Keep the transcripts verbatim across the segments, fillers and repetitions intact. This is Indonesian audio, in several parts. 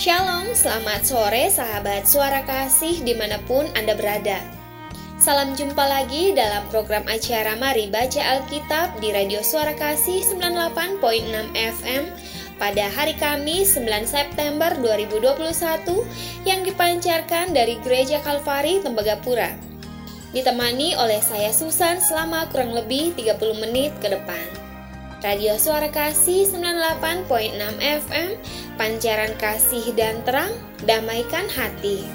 Shalom, selamat sore sahabat Suara Kasih dimanapun Anda berada. Salam jumpa lagi dalam program acara Mari Baca Alkitab di Radio Suara Kasih sembilan puluh delapan koma enam F M pada hari Kamis sembilan September dua ribu dua puluh satu yang dipancarkan dari Gereja Kalvari Tembagapura. Ditemani oleh saya Susan selama kurang lebih tiga puluh menit ke depan. Radio Suara Kasih sembilan puluh delapan koma enam F M, pancaran kasih dan terang, damaikan hati.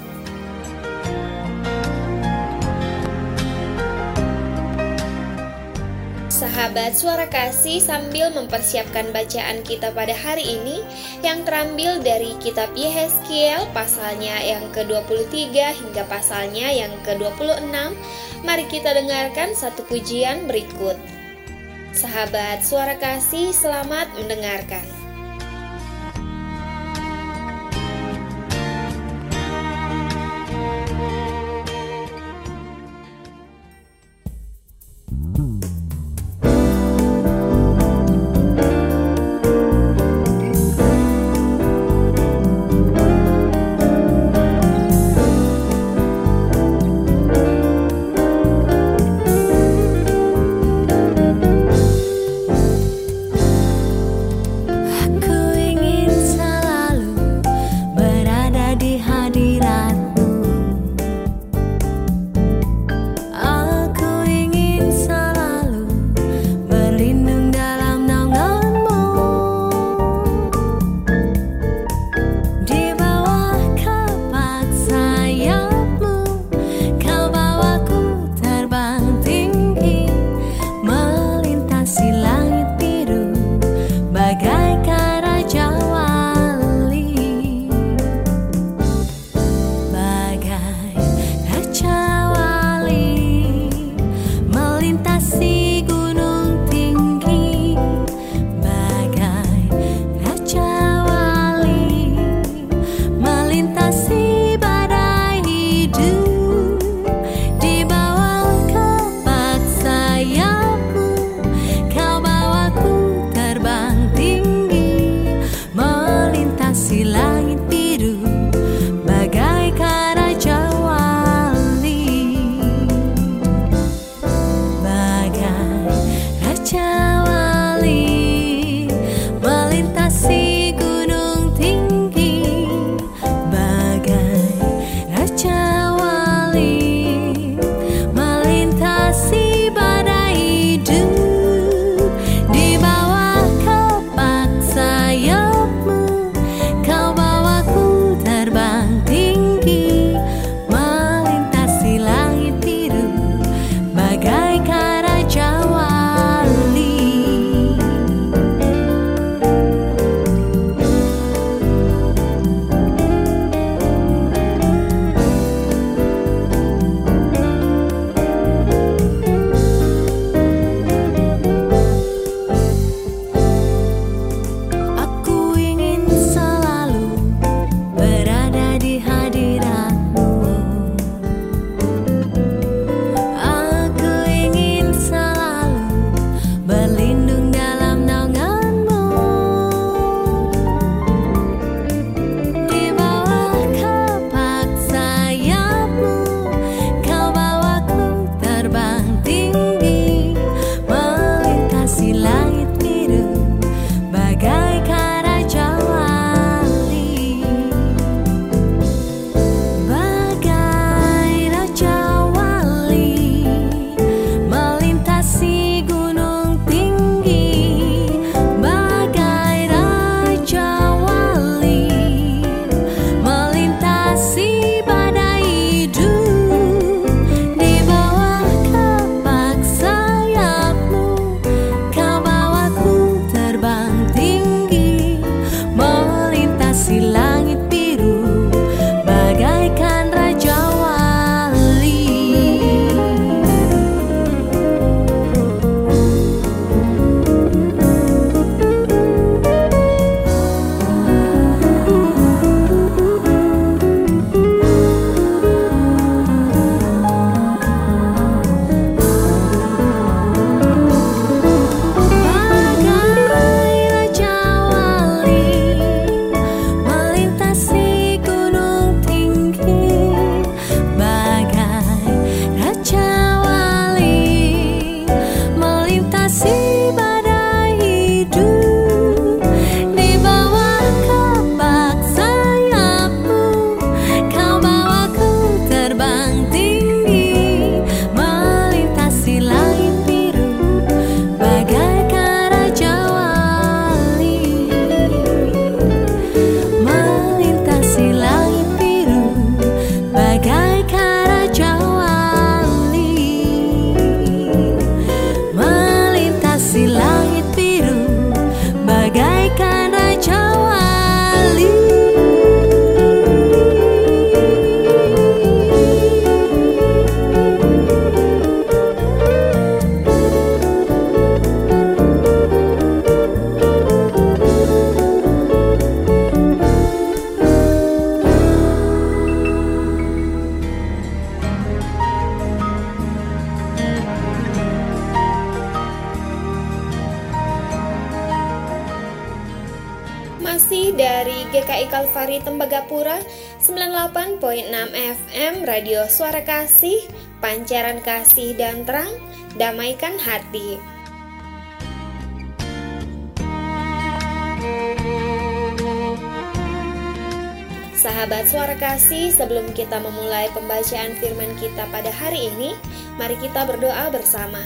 Sahabat Suara Kasih, sambil mempersiapkan bacaan kita pada hari ini yang terambil dari kitab Yehezkiel pasalnya yang ke dua puluh tiga hingga pasalnya yang ke dua puluh enam, mari kita dengarkan satu pujian berikut. Sahabat Suara Kasih, selamat mendengarkan. Masih dari G K I Kalvari Tembagapura sembilan puluh delapan koma enam F M Radio Suara Kasih, pancaran kasih dan terang, damaikan hati. Sahabat Suara Kasih, sebelum kita memulai pembacaan firman kita pada hari ini, mari kita berdoa bersama.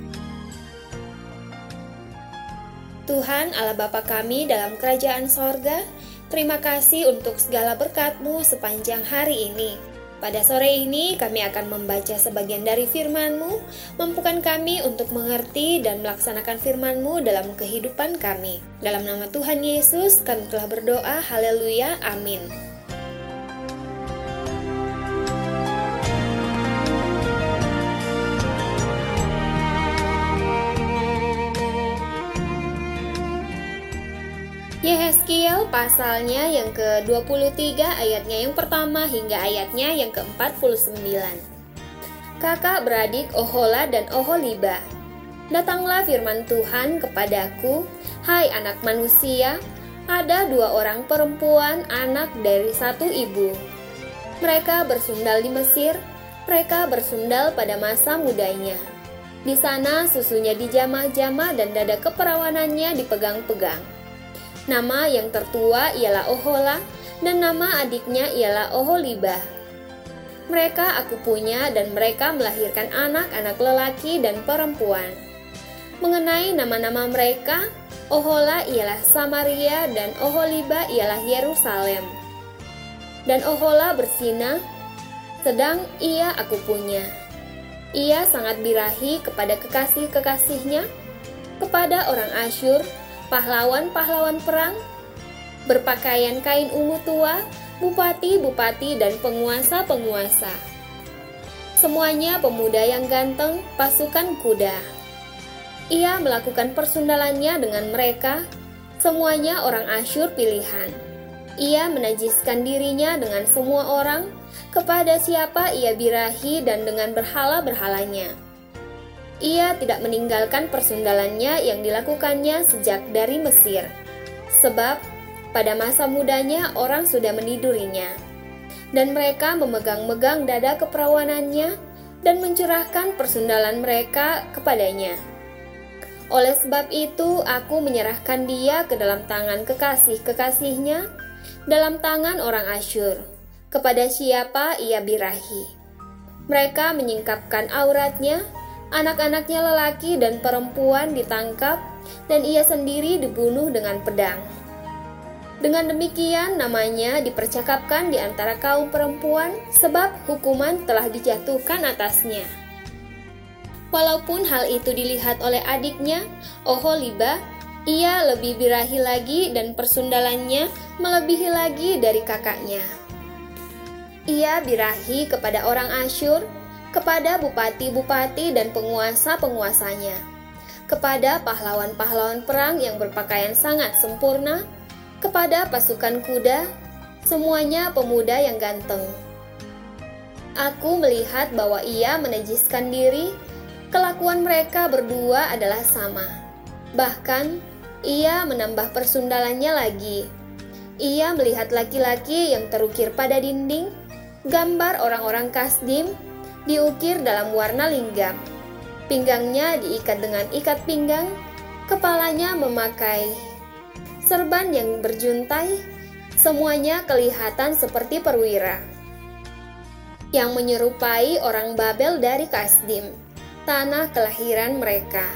Tuhan Allah Bapa kami dalam kerajaan sorga, terima kasih untuk segala berkat-Mu sepanjang hari ini. Pada sore ini kami akan membaca sebagian dari firman-Mu, mampukan kami untuk mengerti dan melaksanakan firman-Mu dalam kehidupan kami. Dalam nama Tuhan Yesus kami telah berdoa, haleluya, amin. Yehezkiel pasalnya yang ke dua puluh tiga ayatnya yang pertama hingga ayatnya yang ke empat puluh sembilan. Kakak beradik Ohola dan Oholiba. Datanglah firman Tuhan kepadaku, hai anak manusia, ada dua orang perempuan anak dari satu ibu. Mereka bersundal di Mesir, mereka bersundal pada masa mudanya. Di sana susunya dijamah-jamah dan dada keperawanannya dipegang-pegang. Nama yang tertua ialah Ohola, dan nama adiknya ialah Oholiba. Mereka aku punya, dan mereka melahirkan anak-anak lelaki dan perempuan. Mengenai nama-nama mereka, Ohola ialah Samaria, dan Oholiba ialah Yerusalem. Dan Ohola berzina, sedang ia aku punya. Ia sangat birahi kepada kekasih-kekasihnya, kepada orang Asyur, pahlawan-pahlawan perang, berpakaian kain ungu tua, bupati-bupati dan penguasa-penguasa. Semuanya pemuda yang ganteng, pasukan kuda. Ia melakukan persundalannya dengan mereka, semuanya orang Asyur pilihan. Ia menajiskan dirinya dengan semua orang, kepada siapa ia birahi dan dengan berhala-berhalanya. Ia tidak meninggalkan persundalannya yang dilakukannya sejak dari Mesir, sebab pada masa mudanya orang sudah menidurinya, dan mereka memegang-megang dada keperawanannya dan mencurahkan persundalan mereka kepadanya. Oleh sebab itu aku menyerahkan dia ke dalam tangan kekasih-kekasihnya, dalam tangan orang Asyur, kepada siapa ia birahi. Mereka menyingkapkan auratnya, anak-anaknya lelaki dan perempuan ditangkap, dan ia sendiri dibunuh dengan pedang. Dengan demikian namanya dipercakapkan di antara kaum perempuan, sebab hukuman telah dijatuhkan atasnya. Walaupun hal itu dilihat oleh adiknya, Oholiba, ia lebih birahi lagi dan persundalannya melebihi lagi dari kakaknya. Ia birahi kepada orang Asyur, kepada bupati-bupati dan penguasa-penguasanya, kepada pahlawan-pahlawan perang yang berpakaian sangat sempurna, kepada pasukan kuda, semuanya pemuda yang ganteng. Aku melihat bahwa ia menajiskan diri, kelakuan mereka berdua adalah sama. Bahkan, ia menambah persundalannya lagi. Ia melihat laki-laki yang terukir pada dinding, gambar orang-orang Kasdim, diukir dalam warna linggam. Pinggangnya diikat dengan ikat pinggang, kepalanya memakai serban yang berjuntai, semuanya kelihatan seperti perwira yang menyerupai orang Babel dari Kasdim, tanah kelahiran mereka.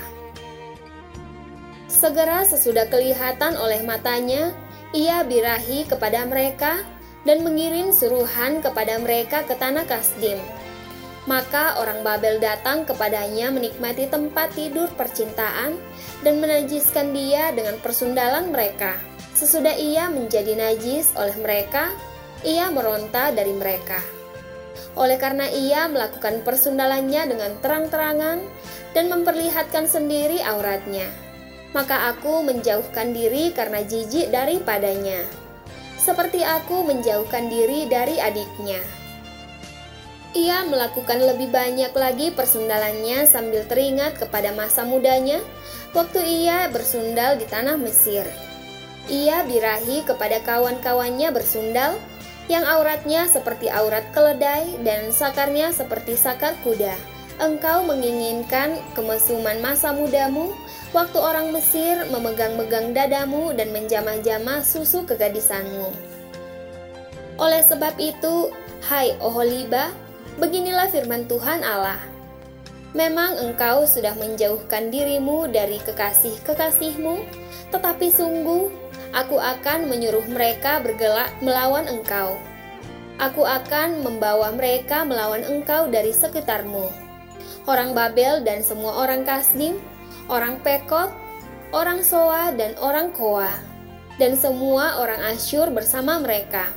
Segera sesudah kelihatan oleh matanya, ia birahi kepada mereka dan mengirim suruhan kepada mereka ke tanah Kasdim. Maka orang Babel datang kepadanya menikmati tempat tidur percintaan dan menajiskan dia dengan persundalan mereka. Sesudah ia menjadi najis oleh mereka, ia meronta dari mereka. Oleh karena ia melakukan persundalannya dengan terang-terangan dan memperlihatkan sendiri auratnya, maka aku menjauhkan diri karena jijik daripadanya, seperti aku menjauhkan diri dari adiknya. Ia melakukan lebih banyak lagi persundalannya sambil teringat kepada masa mudanya, waktu ia bersundal di tanah Mesir. Ia birahi kepada kawan-kawannya bersundal, yang auratnya seperti aurat keledai dan sakarnya seperti sakar kuda. Engkau menginginkan kemesuman masa mudamu, waktu orang Mesir memegang-megang dadamu dan menjamah-jamah susu kegadisanmu. Oleh sebab itu, hai Oholiba, beginilah firman Tuhan Allah. Memang engkau sudah menjauhkan dirimu dari kekasih-kekasihmu, tetapi sungguh aku akan menyuruh mereka bergelak melawan engkau. Aku akan membawa mereka melawan engkau dari sekitarmu. Orang Babel dan semua orang Kasdim, orang Pekod, orang Soa dan orang Koa, dan semua orang Asyur bersama mereka.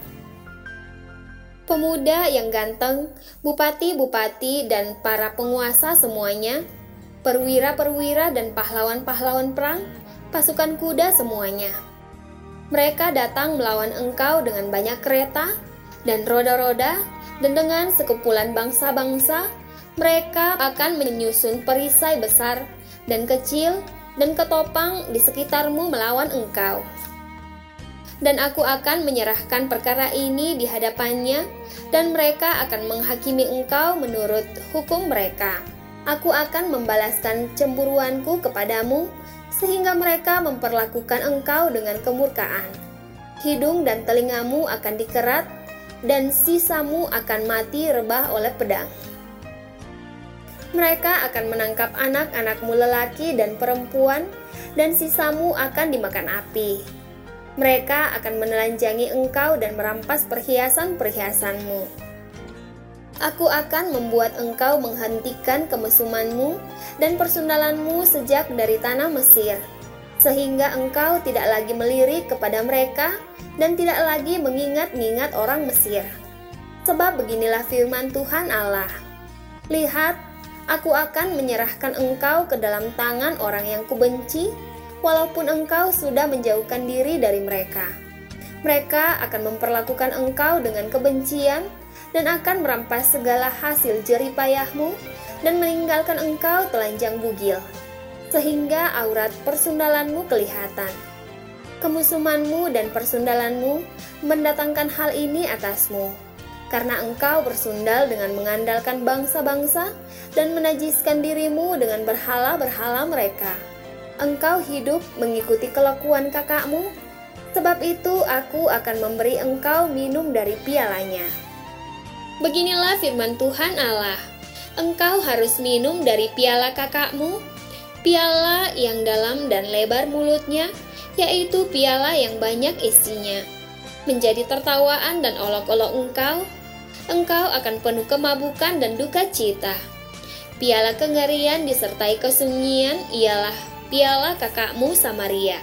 Pemuda yang ganteng, bupati-bupati dan para penguasa semuanya, perwira-perwira dan pahlawan-pahlawan perang, pasukan kuda semuanya. Mereka datang melawan engkau dengan banyak kereta dan roda-roda, dan dengan sekumpulan bangsa-bangsa, mereka akan menyusun perisai besar dan kecil dan ketopang di sekitarmu melawan engkau. Dan aku akan menyerahkan perkara ini di hadapannya, dan mereka akan menghakimi engkau menurut hukum mereka. Aku akan membalaskan cemburuanku kepadamu, sehingga mereka memperlakukan engkau dengan kemurkaan. Hidung dan telingamu akan dikerat, dan sisamu akan mati rebah oleh pedang. Mereka akan menangkap anak-anakmu lelaki dan perempuan, dan sisamu akan dimakan api. Mereka akan menelanjangi engkau dan merampas perhiasan-perhiasanmu. Aku akan membuat engkau menghentikan kemesumanmu dan persundalanmu sejak dari tanah Mesir, sehingga engkau tidak lagi melirik kepada mereka dan tidak lagi mengingat-ingat orang Mesir. Sebab beginilah firman Tuhan Allah. Lihat, aku akan menyerahkan engkau ke dalam tangan orang yang kubenci, walaupun engkau sudah menjauhkan diri dari mereka. Mereka akan memperlakukan engkau dengan kebencian dan akan merampas segala hasil jerih payahmu dan meninggalkan engkau telanjang bugil, sehingga aurat persundalanmu kelihatan. Kemusumanmu dan persundalanmu mendatangkan hal ini atasmu, karena engkau bersundal dengan mengandalkan bangsa-bangsa dan menajiskan dirimu dengan berhala-berhala mereka. Engkau hidup mengikuti kelakuan kakakmu, sebab itu aku akan memberi engkau minum dari pialanya. Beginilah firman Tuhan Allah, engkau harus minum dari piala kakakmu, piala yang dalam dan lebar mulutnya, yaitu piala yang banyak isinya. Menjadi tertawaan dan olok-olok engkau, engkau akan penuh kemabukan dan duka cita. Piala kengerian disertai kesunyian ialah piala kakakmu Samaria.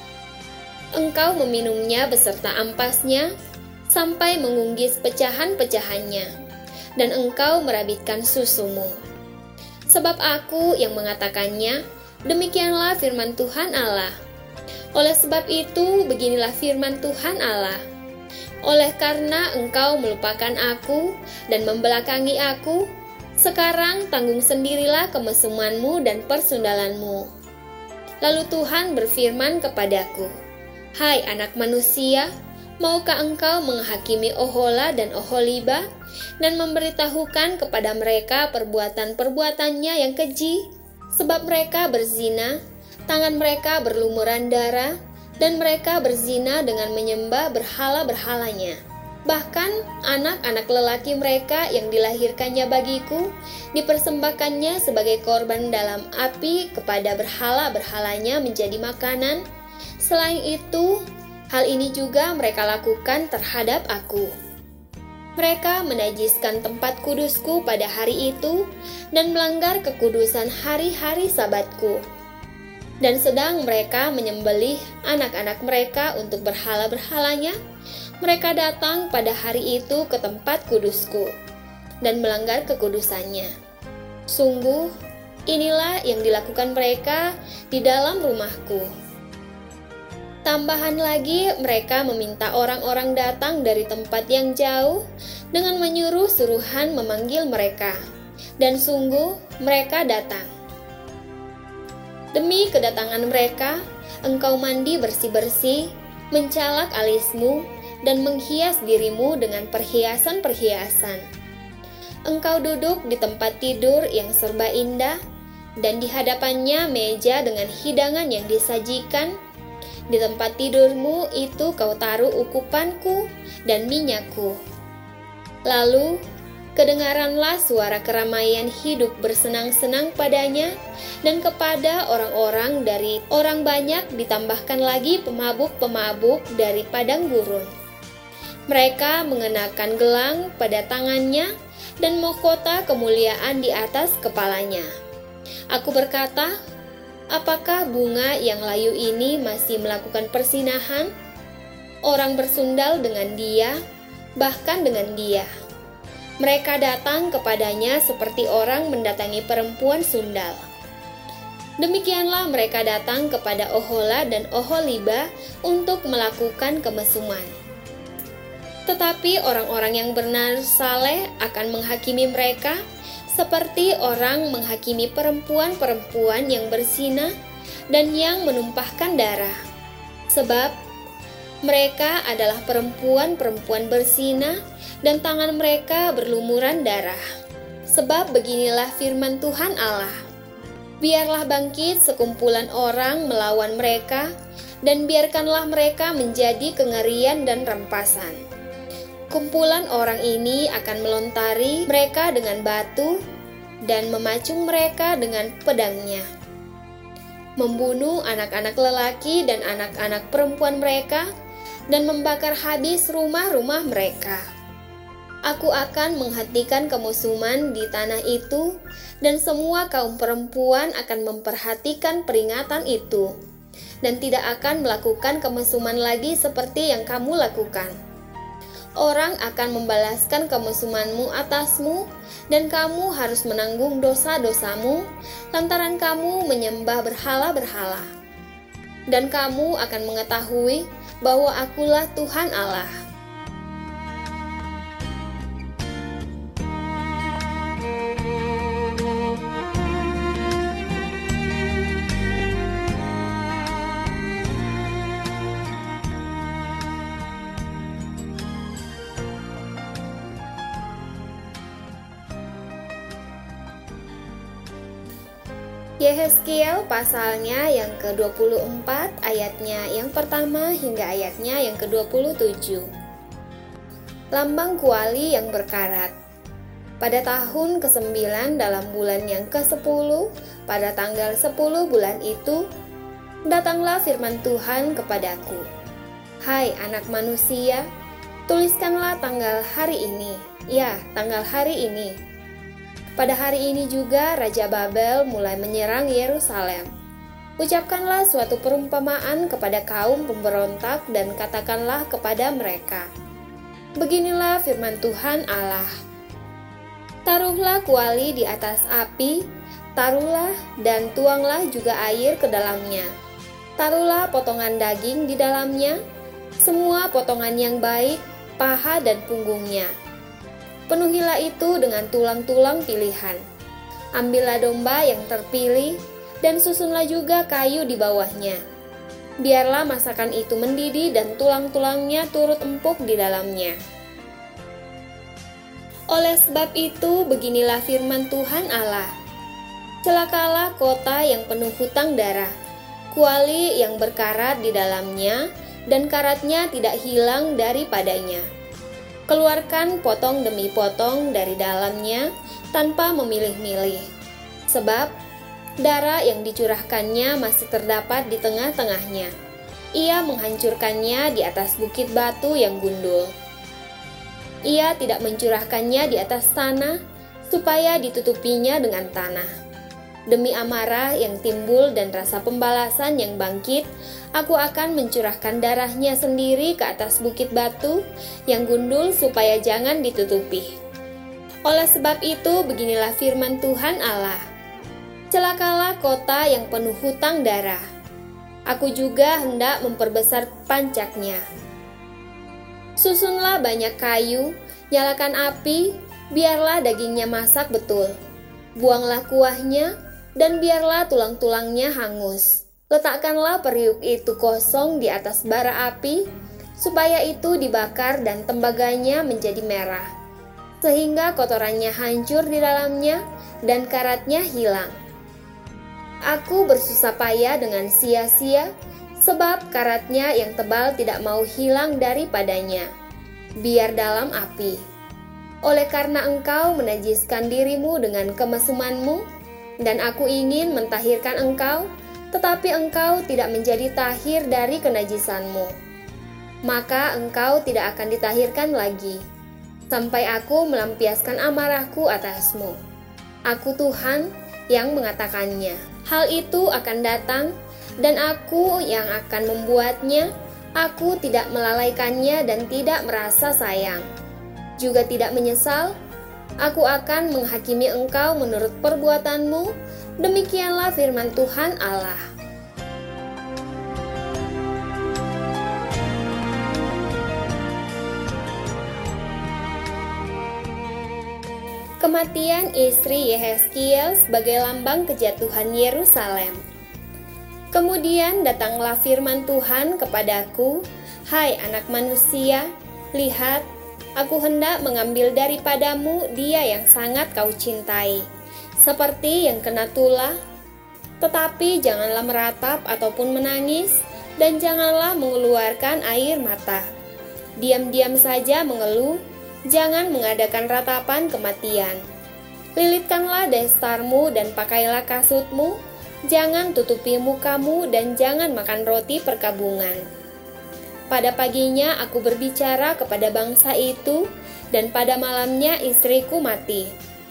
Engkau meminumnya beserta ampasnya, sampai mengunggis pecahan-pecahannya, dan engkau merabitkan susumu. Sebab aku yang mengatakannya, demikianlah firman Tuhan Allah. Oleh sebab itu, beginilah firman Tuhan Allah. Oleh karena engkau melupakan aku dan membelakangi aku, sekarang tanggung sendirilah kemesumanmu dan persundalanmu. Lalu Tuhan berfirman kepadaku, hai anak manusia, maukah engkau menghakimi Ohola dan Oholiba dan memberitahukan kepada mereka perbuatan-perbuatannya yang keji? Sebab mereka berzina, tangan mereka berlumuran darah, dan mereka berzina dengan menyembah berhala-berhalanya. Bahkan anak-anak lelaki mereka yang dilahirkannya bagiku dipersembahkannya sebagai korban dalam api kepada berhala-berhalanya menjadi makanan. Selain itu, hal ini juga mereka lakukan terhadap aku. Mereka menajiskan tempat kudusku pada hari itu dan melanggar kekudusan hari-hari sabatku. Dan sedang mereka menyembelih anak-anak mereka untuk berhala-berhalanya, mereka datang pada hari itu ke tempat kudusku dan melanggar kekudusannya. Sungguh, inilah yang dilakukan mereka di dalam rumahku. Tambahan lagi, mereka meminta orang-orang datang dari tempat yang jauh dengan menyuruh suruhan memanggil mereka. Dan sungguh, mereka datang. Demi kedatangan mereka, engkau mandi bersih-bersih, mencalak alismu, dan menghias dirimu dengan perhiasan-perhiasan. Engkau duduk di tempat tidur yang serba indah, dan di hadapannya meja dengan hidangan yang disajikan. Di tempat tidurmu itu kau taruh ukupanku dan minyakku. Lalu, kedengaranlah suara keramaian hidup bersenang-senang padanya, dan kepada orang-orang dari orang banyak ditambahkan lagi pemabuk-pemabuk dari padang gurun. Mereka mengenakan gelang pada tangannya dan mahkota kemuliaan di atas kepalanya. Aku berkata, apakah bunga yang layu ini masih melakukan persinahan? Orang bersundal dengan dia, bahkan dengan dia. Mereka datang kepadanya seperti orang mendatangi perempuan sundal. Demikianlah mereka datang kepada Ohola dan Oholiba untuk melakukan kemesuman. Tetapi orang-orang yang benar saleh akan menghakimi mereka seperti orang menghakimi perempuan-perempuan yang berzina dan yang menumpahkan darah. Sebab mereka adalah perempuan-perempuan berzina dan tangan mereka berlumuran darah. Sebab beginilah firman Tuhan Allah, biarlah bangkit sekumpulan orang melawan mereka, dan biarkanlah mereka menjadi kengerian dan rampasan. Kumpulan orang ini akan melontari mereka dengan batu dan memacung mereka dengan pedangnya, membunuh anak-anak lelaki dan anak-anak perempuan mereka, dan membakar habis rumah-rumah mereka. Aku akan menghentikan kemusuhan di tanah itu, dan semua kaum perempuan akan memperhatikan peringatan itu, dan tidak akan melakukan kemusuhan lagi seperti yang kamu lakukan. Orang akan membalaskan kemusuhanmu atasmu, dan kamu harus menanggung dosa-dosamu, lantaran kamu menyembah berhala-berhala. Dan kamu akan mengetahui bahwa akulah Tuhan Allah. Yehezkiel pasalnya yang ke dua puluh empat, ayatnya yang pertama hingga ayatnya yang ke dua puluh tujuh. Lambang kuali yang berkarat. Pada tahun kesembilan dalam bulan yang kesepuluh, pada tanggal sepuluh bulan itu, datanglah firman Tuhan kepadaku. Hai anak manusia, tuliskanlah tanggal hari ini, ya tanggal hari ini. Pada hari ini juga Raja Babel mulai menyerang Yerusalem. Ucapkanlah suatu perumpamaan kepada kaum pemberontak dan katakanlah kepada mereka, beginilah firman Tuhan Allah. Taruhlah kuali di atas api, taruhlah dan tuanglah juga air ke dalamnya. Taruhlah potongan daging di dalamnya, semua potongan yang baik, paha dan punggungnya. Penuhilah itu dengan tulang-tulang pilihan. Ambillah domba yang terpilih, dan susunlah juga kayu di bawahnya. Biarlah masakan itu mendidih dan tulang-tulangnya turut empuk di dalamnya. Oleh sebab itu, beginilah firman Tuhan Allah. Celakalah kota yang penuh hutang darah, kuali yang berkarat di dalamnya, dan karatnya tidak hilang daripadanya. Keluarkan potong demi potong dari dalamnya tanpa memilih-milih, sebab darah yang dicurahkannya masih terdapat di tengah-tengahnya. Ia menghancurkannya di atas bukit batu yang gundul. Ia tidak mencurahkannya di atas tanah, supaya ditutupinya dengan tanah. Demi amarah yang timbul dan rasa pembalasan yang bangkit, aku akan mencurahkan darahnya sendiri ke atas bukit batu yang gundul supaya jangan ditutupi. Oleh sebab itu, beginilah firman Tuhan Allah. Celakalah kota yang penuh hutang darah. Aku juga hendak memperbesar pancaknya. Susunlah banyak kayu, nyalakan api, biarlah dagingnya masak betul. Buanglah kuahnya, dan biarlah tulang-tulangnya hangus. Letakkanlah periuk itu kosong di atas bara api, supaya itu dibakar dan tembaganya menjadi merah, sehingga kotorannya hancur di dalamnya dan karatnya hilang. Aku bersusah payah dengan sia-sia, sebab karatnya yang tebal tidak mau hilang daripadanya, biar dalam api. Oleh karena engkau menajiskan dirimu dengan kemesumanmu, dan aku ingin mentahirkan engkau, tetapi engkau tidak menjadi tahir dari kenajisanmu, maka engkau tidak akan ditahirkan lagi, sampai aku melampiaskan amarahku atasmu. Aku Tuhan yang mengatakannya. Hal itu akan datang, dan aku yang akan membuatnya. Aku tidak melalaikannya dan tidak merasa sayang, juga tidak menyesal. Aku akan menghakimi engkau menurut perbuatanmu. Demikianlah firman Tuhan Allah. Kematian istri Yehezkiel sebagai lambang kejatuhan Yerusalem. Kemudian datanglah firman Tuhan kepadaku, "Hai anak manusia, lihat, aku hendak mengambil daripadamu dia yang sangat kau cintai, seperti yang kena tulah, tetapi janganlah meratap ataupun menangis, dan janganlah mengeluarkan air mata. Diam-diam saja mengeluh, jangan mengadakan ratapan kematian. Lilitkanlah destarmu dan pakailah kasutmu, jangan tutupi mukamu dan jangan makan roti perkabungan." Pada paginya aku berbicara kepada bangsa itu, dan pada malamnya istriku mati.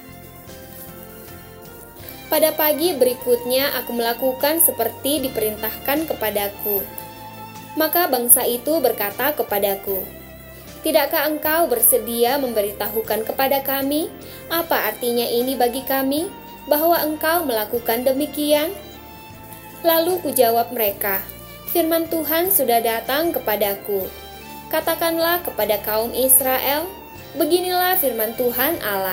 Pada pagi berikutnya aku melakukan seperti diperintahkan kepadaku. Maka bangsa itu berkata kepadaku, "Tidakkah engkau bersedia memberitahukan kepada kami apa artinya ini bagi kami, bahwa engkau melakukan demikian?" Lalu kujawab mereka, "Firman Tuhan sudah datang kepadaku. Katakanlah kepada kaum Israel, beginilah firman Tuhan Allah.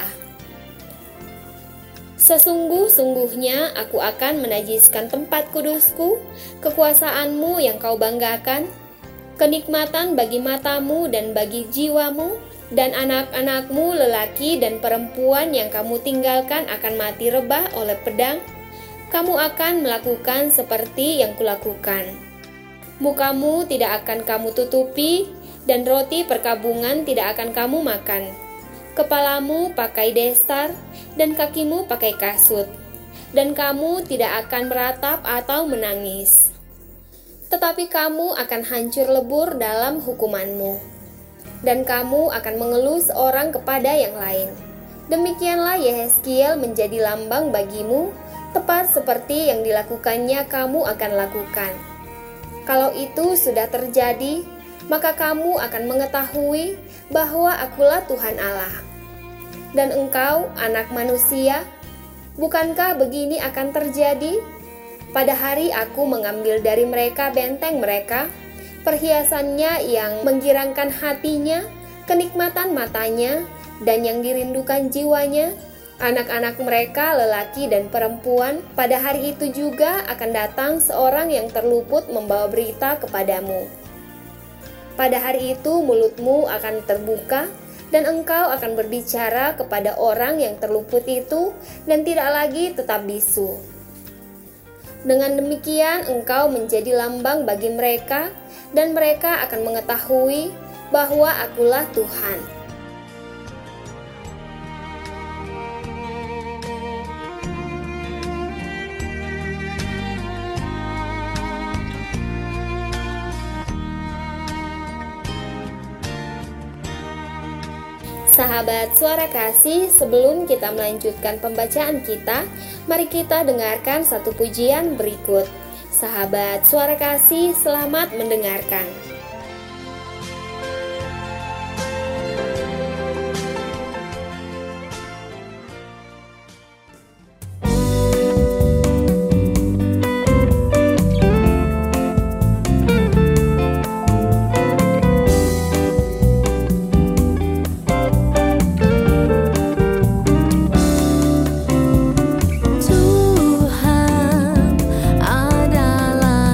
Sesungguh-sungguhnya aku akan menajiskan tempat kudusku, kekuasaanmu yang kau banggakan, kenikmatan bagi matamu dan bagi jiwamu, dan anak-anakmu lelaki dan perempuan yang kamu tinggalkan akan mati rebah oleh pedang. Kamu akan melakukan seperti yang kulakukan. Mukamu tidak akan kamu tutupi, dan roti perkabungan tidak akan kamu makan. Kepalamu pakai destar, dan kakimu pakai kasut, dan kamu tidak akan meratap atau menangis. Tetapi kamu akan hancur lebur dalam hukumanmu, dan kamu akan mengeluh seorang kepada yang lain. Demikianlah Yehezkiel menjadi lambang bagimu, tepat seperti yang dilakukannya kamu akan lakukan. Kalau itu sudah terjadi, maka kamu akan mengetahui bahwa akulah Tuhan Allah. Dan engkau, anak manusia, bukankah begini akan terjadi? Pada hari aku mengambil dari mereka benteng mereka, perhiasannya yang menggirangkan hatinya, kenikmatan matanya, dan yang dirindukan jiwanya, anak-anak mereka lelaki dan perempuan. Pada hari itu juga akan datang seorang yang terluput membawa berita kepadamu. Pada hari itu mulutmu akan terbuka, dan engkau akan berbicara kepada orang yang terluput itu, dan tidak lagi tetap bisu. Dengan demikian engkau menjadi lambang bagi mereka, dan mereka akan mengetahui bahwa akulah Tuhan. Sahabat Suara Kasih, sebelum kita melanjutkan pembacaan kita, mari kita dengarkan satu pujian berikut. Sahabat Suara Kasih, selamat mendengarkan. Tuhan adalah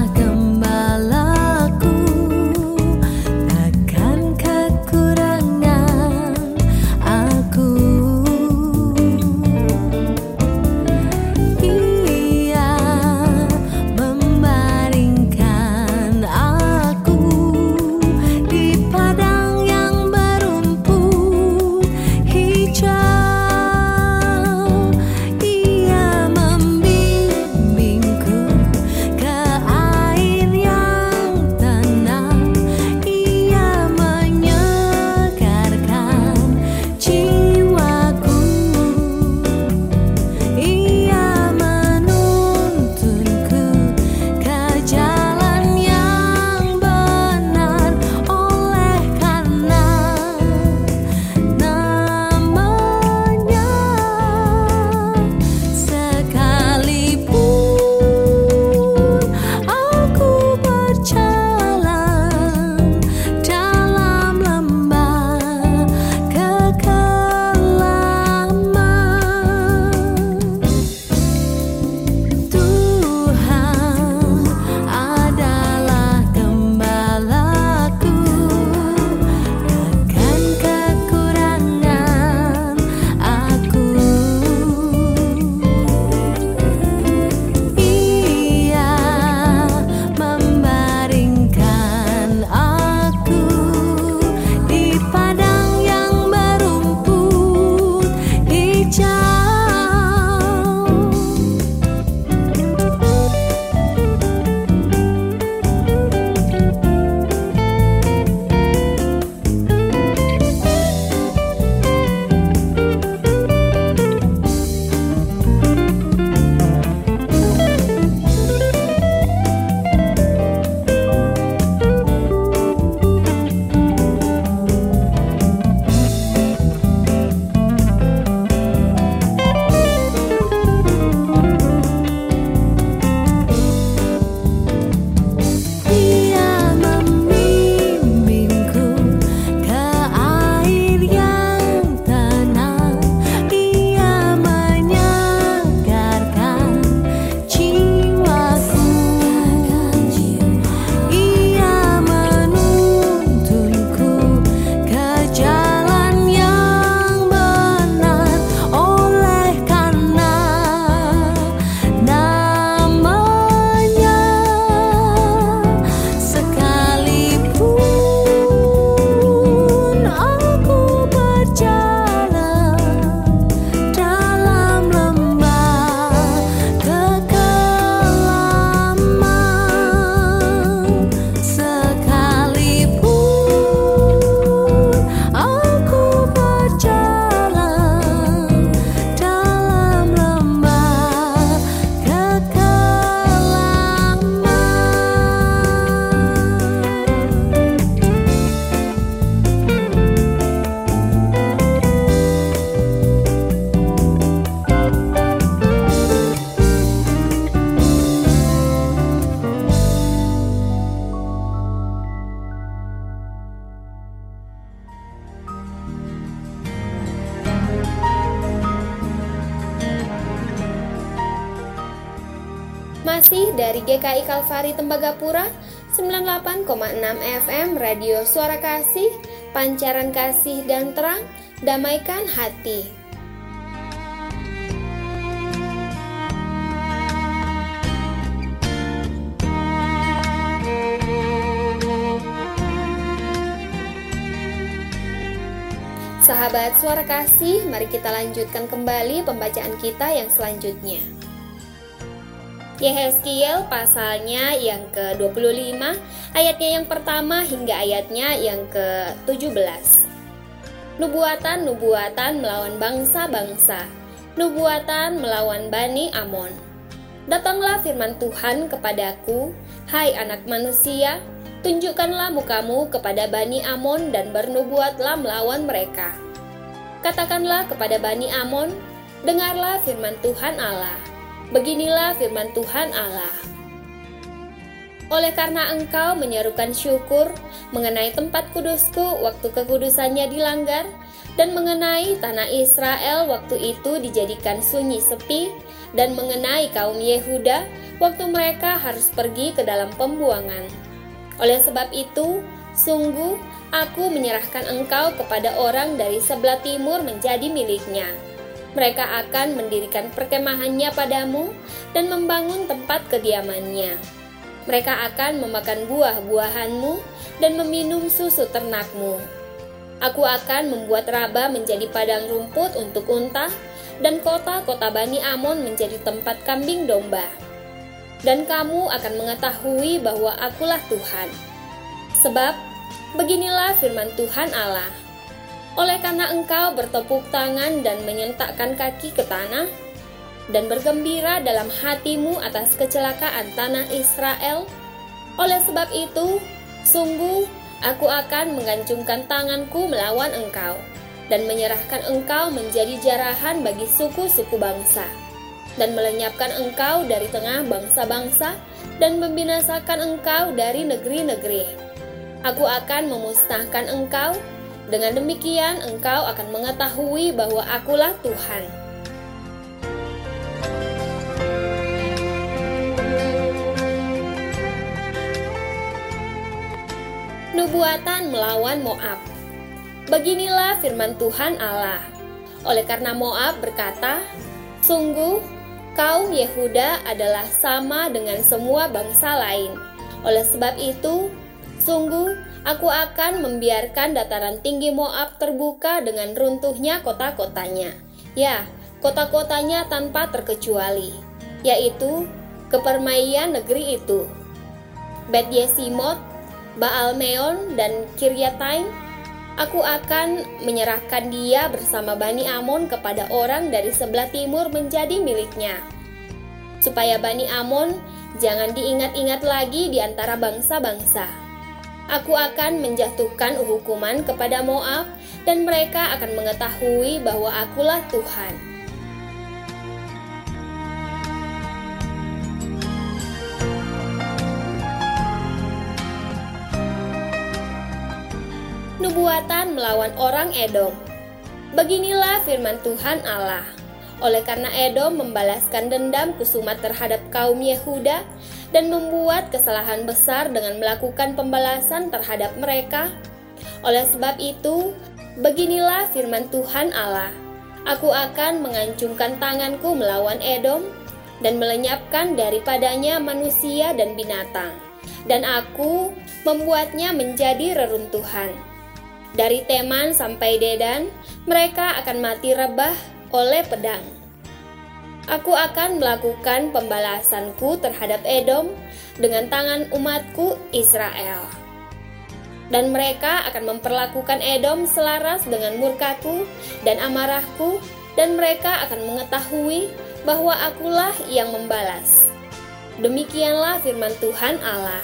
Masih dari G K I Kalvari Tembagapura, sembilan puluh delapan koma enam F M Radio Suara Kasih, pancaran kasih dan terang, damaikan hati. Sahabat Suara Kasih, mari kita lanjutkan kembali pembacaan kita yang selanjutnya. Yehezkiel pasalnya yang ke dua puluh lima, ayatnya yang pertama hingga ayatnya yang ke tujuh belas. Nubuatan-nubuatan melawan bangsa-bangsa, nubuatan melawan Bani Amon. Datanglah firman Tuhan kepadaku, hai anak manusia, tunjukkanlah mukamu kepada Bani Amon dan bernubuatlah melawan mereka. Katakanlah kepada Bani Amon, dengarlah firman Tuhan Allah. Beginilah firman Tuhan Allah. Oleh karena engkau menyerukan syukur mengenai tempat kudusku waktu kekudusannya dilanggar, dan mengenai tanah Israel waktu itu dijadikan sunyi sepi, dan mengenai kaum Yehuda waktu mereka harus pergi ke dalam pembuangan. Oleh sebab itu, sungguh aku menyerahkan engkau kepada orang dari sebelah timur menjadi miliknya. Mereka akan mendirikan perkemahannya padamu dan membangun tempat kediamannya. Mereka akan memakan buah-buahanmu dan meminum susu ternakmu. Aku akan membuat Raba menjadi padang rumput untuk unta, dan kota-kota Bani Amon menjadi tempat kambing domba. Dan kamu akan mengetahui bahwa akulah Tuhan. Sebab, beginilah firman Tuhan Allah. Oleh karena engkau bertepuk tangan dan menyentakkan kaki ke tanah, dan bergembira dalam hatimu atas kecelakaan tanah Israel, oleh sebab itu, sungguh aku akan mengancungkan tanganku melawan engkau, dan menyerahkan engkau menjadi jarahan bagi suku-suku bangsa, dan melenyapkan engkau dari tengah bangsa-bangsa, dan membinasakan engkau dari negeri-negeri. Aku akan memusnahkan engkau. Dengan demikian engkau akan mengetahui bahwa akulah Tuhan. Nubuatan melawan Moab. Beginilah firman Tuhan Allah. Oleh karena Moab berkata, sungguh kaum Yehuda adalah sama dengan semua bangsa lain. Oleh sebab itu, sungguh aku akan membiarkan dataran tinggi Moab terbuka dengan runtuhnya kota-kotanya. Ya, kota-kotanya tanpa terkecuali, yaitu kepermaian negeri itu. Bet Yesimot, Baal-meon, dan Kiryataim. Aku akan menyerahkan dia bersama Bani Amon kepada orang dari sebelah timur menjadi miliknya. Supaya Bani Amon jangan diingat-ingat lagi di antara bangsa-bangsa. Aku akan menjatuhkan hukuman kepada Moab, dan mereka akan mengetahui bahwa akulah Tuhan. Nubuatan melawan orang Edom. Beginilah firman Tuhan Allah. Oleh karena Edom membalaskan dendam kusumat terhadap kaum Yehuda dan membuat kesalahan besar dengan melakukan pembalasan terhadap mereka, oleh sebab itu, beginilah firman Tuhan Allah. Aku akan mengancungkan tanganku melawan Edom dan melenyapkan daripadanya manusia dan binatang, dan aku membuatnya menjadi reruntuhan. Dari Teman sampai Dedan, mereka akan mati rebah oleh pedang. Aku akan melakukan pembalasanku terhadap Edom dengan tangan umatku Israel. Dan mereka akan memperlakukan Edom selaras dengan murkaku dan amarahku, dan mereka akan mengetahui bahwa akulah yang membalas. Demikianlah firman Tuhan Allah.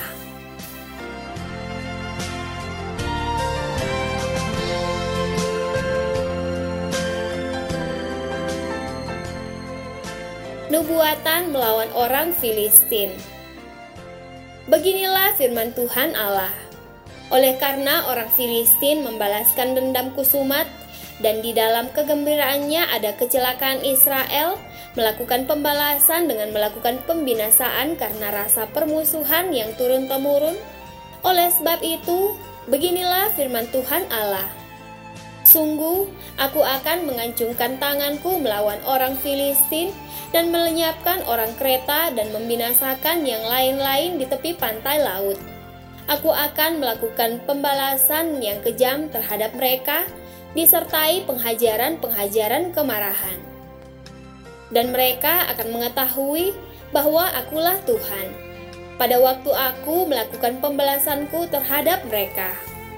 Nubuatan melawan orang Filistin. Beginilah firman Tuhan Allah. Oleh karena orang Filistin membalaskan dendam kusumat, dan di dalam kegembiraannya ada kecelakaan Israel, melakukan pembalasan dengan melakukan pembinasaan karena rasa permusuhan yang turun-temurun. Oleh sebab itu, beginilah firman Tuhan Allah. Sungguh, aku akan mengacungkan tanganku melawan orang Filistin dan melenyapkan orang Kreta dan membinasakan yang lain-lain di tepi pantai laut. Aku akan melakukan pembalasan yang kejam terhadap mereka, disertai penghajaran-penghajaran kemarahan. Dan mereka akan mengetahui bahwa akulah Tuhan, pada waktu aku melakukan pembalasanku terhadap mereka.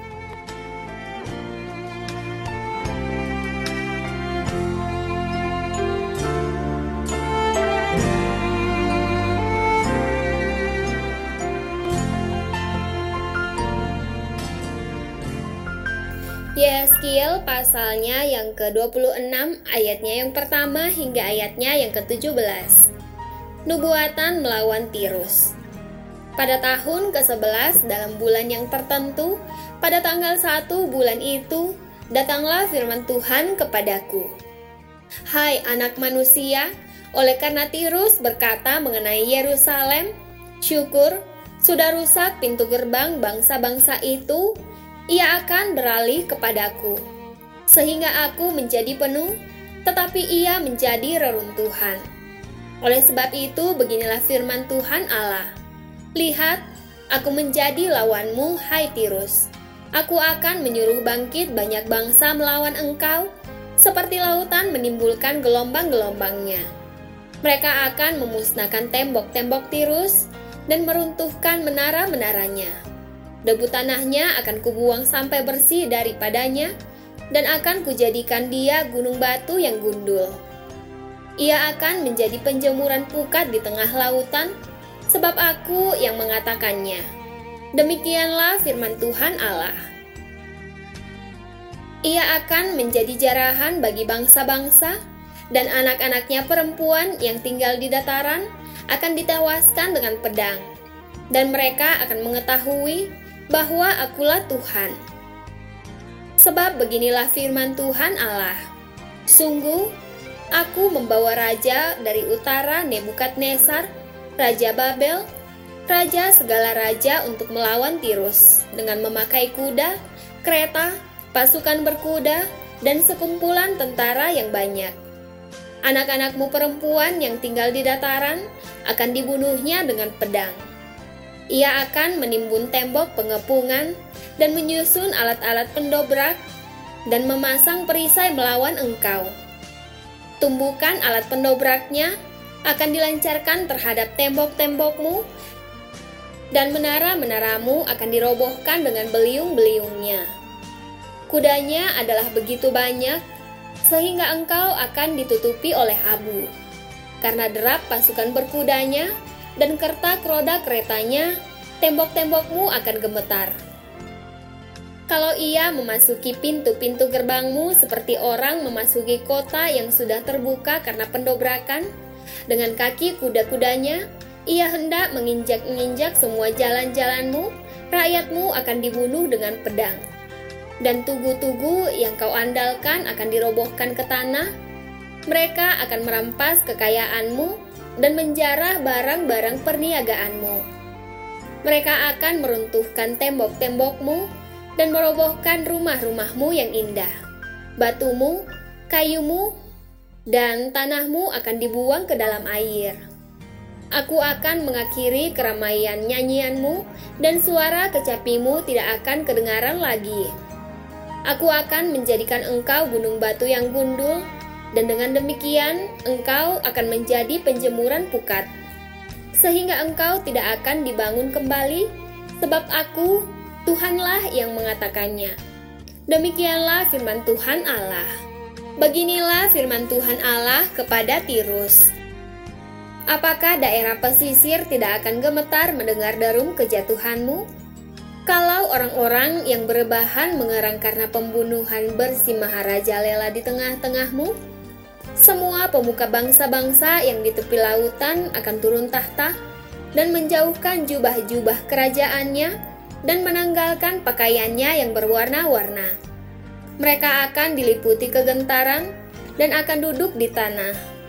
Yeskiel pasalnya yang ke dua puluh enam, ayatnya yang pertama hingga ayatnya yang ke tujuh belas. Nubuatan melawan Tirus. Pada tahun ke sebelas dalam bulan yang tertentu, pada tanggal satu bulan itu, datanglah firman Tuhan kepadaku. Hai anak manusia, oleh karena Tirus berkata mengenai Yerusalem, syukur, sudah rusak pintu gerbang bangsa-bangsa itu, ia akan beralih kepadaku, sehingga aku menjadi penuh, tetapi ia menjadi reruntuhan. Oleh sebab itu, beginilah firman Tuhan Allah. Lihat, aku menjadi lawanmu, hai Tirus. Aku akan menyuruh bangkit banyak bangsa melawan engkau, seperti lautan menimbulkan gelombang-gelombangnya. Mereka akan memusnahkan tembok-tembok Tirus dan meruntuhkan menara-menaranya. Debu tanahnya akan kubuang sampai bersih daripadanya, dan akan kujadikan dia gunung batu yang gundul. Ia akan menjadi penjemuran pukat di tengah lautan, sebab aku yang mengatakannya. Demikianlah firman Tuhan Allah. Ia akan menjadi jarahan bagi bangsa-bangsa, dan anak-anaknya perempuan yang tinggal di dataran akan ditewaskan dengan pedang, dan mereka akan mengetahui bahwa akulah Tuhan. Sebab beginilah firman Tuhan Allah. Sungguh, aku membawa raja dari utara, Nebukadnezar, raja Babel, raja segala raja untuk melawan Tirus, dengan memakai kuda, kereta, pasukan berkuda, dan sekumpulan tentara yang banyak. Anak-anakmu perempuan yang tinggal di dataran akan dibunuhnya dengan pedang. Ia akan menimbun tembok pengepungan dan menyusun alat-alat pendobrak dan memasang perisai melawan engkau. Tumbukan alat pendobraknya akan dilancarkan terhadap tembok-tembokmu, dan menara-menaramu akan dirobohkan dengan beliung-beliungnya. Kudanya adalah begitu banyak, sehingga engkau akan ditutupi oleh abu. Karena derap pasukan berkudanya dan kertak roda keretanya, tembok-tembokmu akan gemetar. Kalau ia memasuki pintu-pintu gerbangmu seperti orang memasuki kota yang sudah terbuka karena pendobrakan, dengan kaki kuda-kudanya, ia hendak menginjak-injak semua jalan-jalanmu, rakyatmu akan dibunuh dengan pedang. Dan tugu-tugu yang kau andalkan akan dirobohkan ke tanah, mereka akan merampas kekayaanmu, dan menjarah barang-barang perniagaanmu. Mereka akan meruntuhkan tembok-tembokmu dan merobohkan rumah-rumahmu yang indah. Batumu, kayumu, dan tanahmu akan dibuang ke dalam air. Aku akan mengakhiri keramaian nyanyianmu, dan suara kecapimu tidak akan kedengaran lagi. Aku akan menjadikan engkau gunung batu yang gundul, dan dengan demikian engkau akan menjadi penjemuran pukat, sehingga engkau tidak akan dibangun kembali, sebab aku, Tuhanlah yang mengatakannya. Demikianlah firman Tuhan Allah. Beginilah firman Tuhan Allah kepada Tirus. Apakah daerah pesisir tidak akan gemetar mendengar derum kejatuhanmu? Kalau orang-orang yang berebahan mengerang karena pembunuhan bersimaharajalela di tengah-tengahmu, semua pemuka bangsa-bangsa yang di tepi lautan akan turun tahta dan menjauhkan jubah-jubah kerajaannya dan menanggalkan pakaiannya yang berwarna-warna. Mereka akan diliputi kegentaran dan akan duduk di tanah.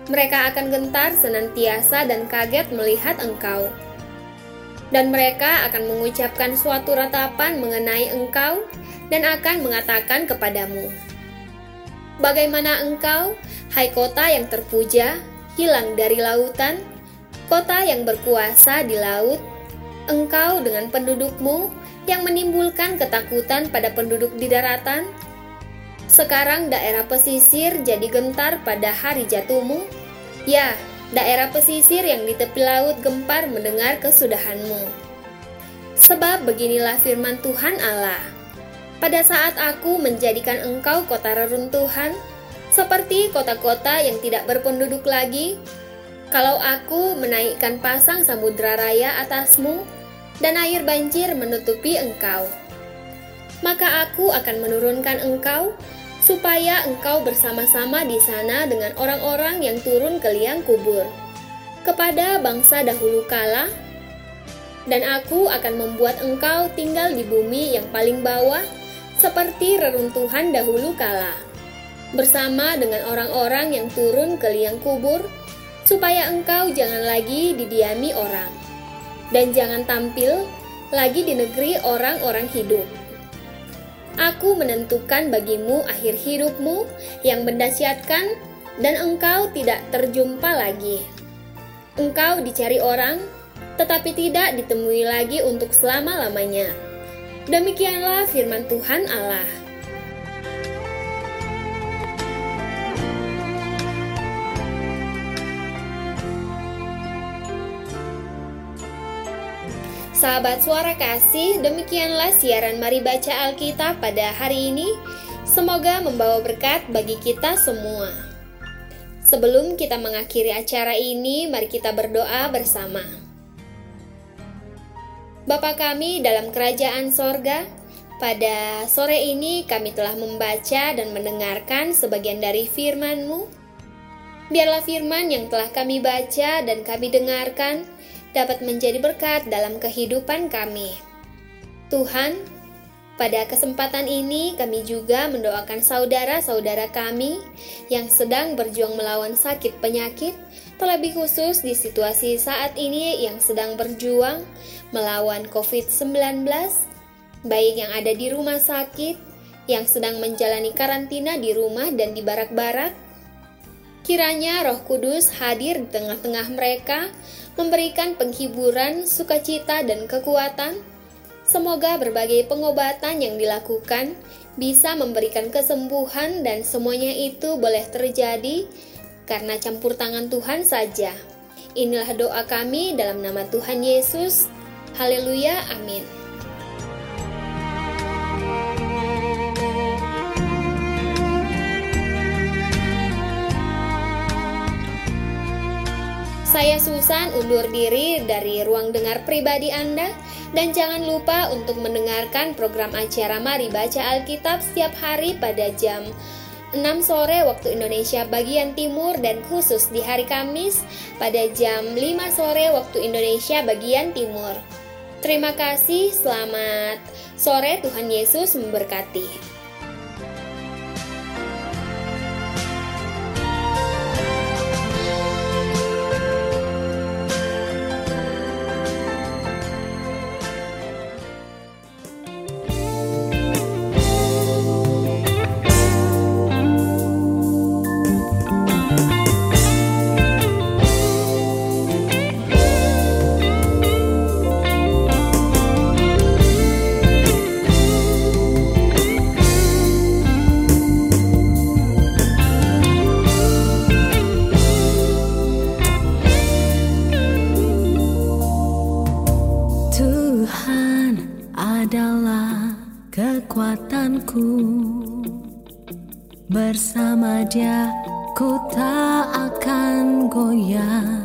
Mereka akan gentar senantiasa dan kaget melihat engkau. Dan mereka akan mengucapkan suatu ratapan mengenai engkau dan akan mengatakan kepadamu, bagaimana engkau, hai kota yang terpuja, hilang dari lautan, kota yang berkuasa di laut, engkau dengan pendudukmu yang menimbulkan ketakutan pada penduduk di daratan? Sekarang daerah pesisir jadi gentar pada hari jatuhmu. Ya, daerah pesisir yang di tepi laut gempar mendengar kesudahanmu. Sebab beginilah firman Tuhan Allah. Pada saat aku menjadikan engkau kota reruntuhan, seperti kota-kota yang tidak berpenduduk lagi, kalau aku menaikkan pasang samudra raya atasmu, dan air banjir menutupi engkau, maka aku akan menurunkan engkau, supaya engkau bersama-sama di sana dengan orang-orang yang turun ke liang kubur, kepada bangsa dahulu kala, dan aku akan membuat engkau tinggal di bumi yang paling bawah, seperti reruntuhan dahulu kala, bersama dengan orang-orang yang turun ke liang kubur, supaya engkau jangan lagi didiami orang, dan jangan tampil lagi di negeri orang-orang hidup. Aku menentukan bagimu akhir hidupmu yang mendahsyatkan, dan engkau tidak terjumpa lagi. Engkau dicari orang, tetapi tidak ditemui lagi untuk selama-lamanya. Demikianlah firman Tuhan Allah. Sahabat Suara Kasih, demikianlah siaran Mari Baca Alkitab pada hari ini. Semoga membawa berkat bagi kita semua. Sebelum kita mengakhiri acara ini, mari kita berdoa bersama. Bapa kami dalam kerajaan sorga, pada sore ini kami telah membaca dan mendengarkan sebagian dari firman-Mu. Biarlah firman yang telah kami baca dan kami dengarkan dapat menjadi berkat dalam kehidupan kami. Tuhan, pada kesempatan ini kami juga mendoakan saudara-saudara kami yang sedang berjuang melawan sakit penyakit, terlebih khusus di situasi saat ini yang sedang berjuang melawan covid sembilan belas, baik yang ada di rumah sakit, yang sedang menjalani karantina di rumah dan di barak-barak. Kiranya Roh Kudus hadir di tengah-tengah mereka, memberikan penghiburan, sukacita, dan kekuatan. Semoga berbagai pengobatan yang dilakukan bisa memberikan kesembuhan, dan semuanya itu boleh terjadi karena campur tangan Tuhan saja. Inilah doa kami dalam nama Tuhan Yesus. Haleluya, amin. Saya Susan undur diri dari ruang dengar pribadi Anda, dan jangan lupa untuk mendengarkan program acara Mari Baca Alkitab setiap hari pada jam enam sore waktu Indonesia bagian timur, dan khusus di hari Kamis pada jam lima sore waktu Indonesia bagian timur. Terima kasih, selamat sore, Tuhan Yesus memberkati. Bersama Dia ku tak akan goyah.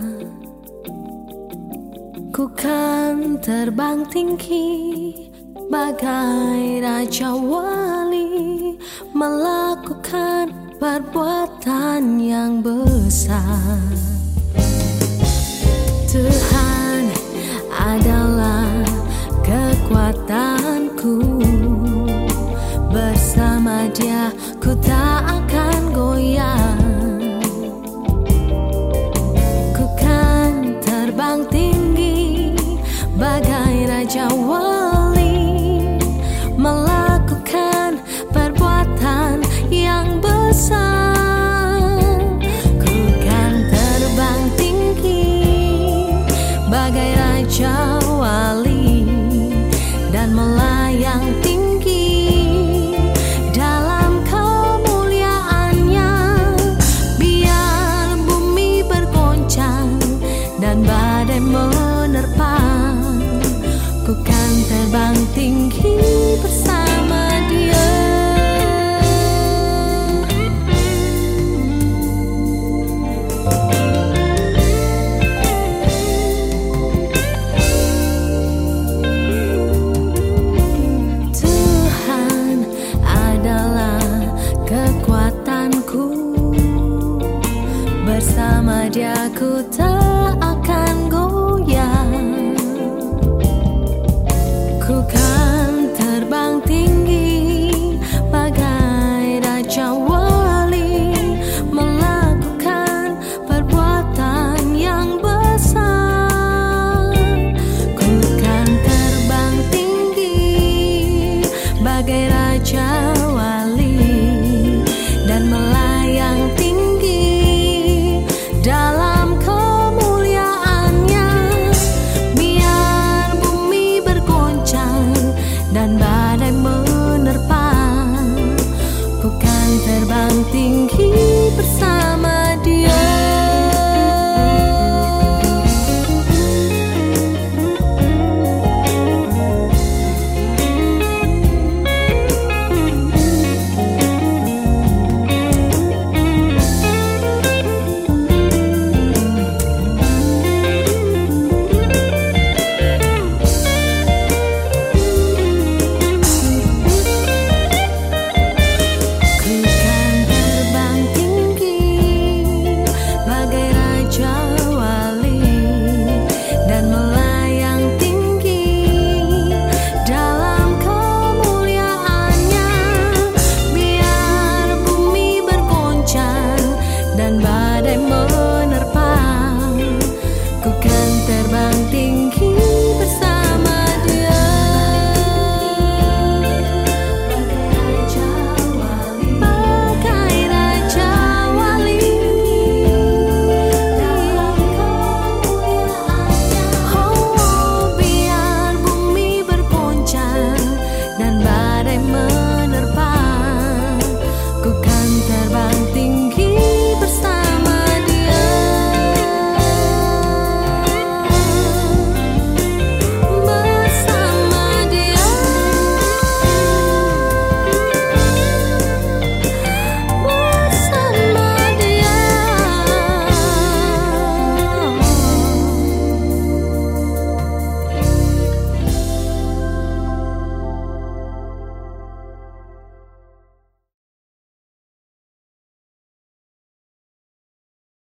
Ku kan terbang tinggi bagai Raja Wali, melakukan perbuatan yang besar. Tuhan adalah kekuatanku. Bersama Dia ku tak akan goyah. hidupku. Bersama dia ku tak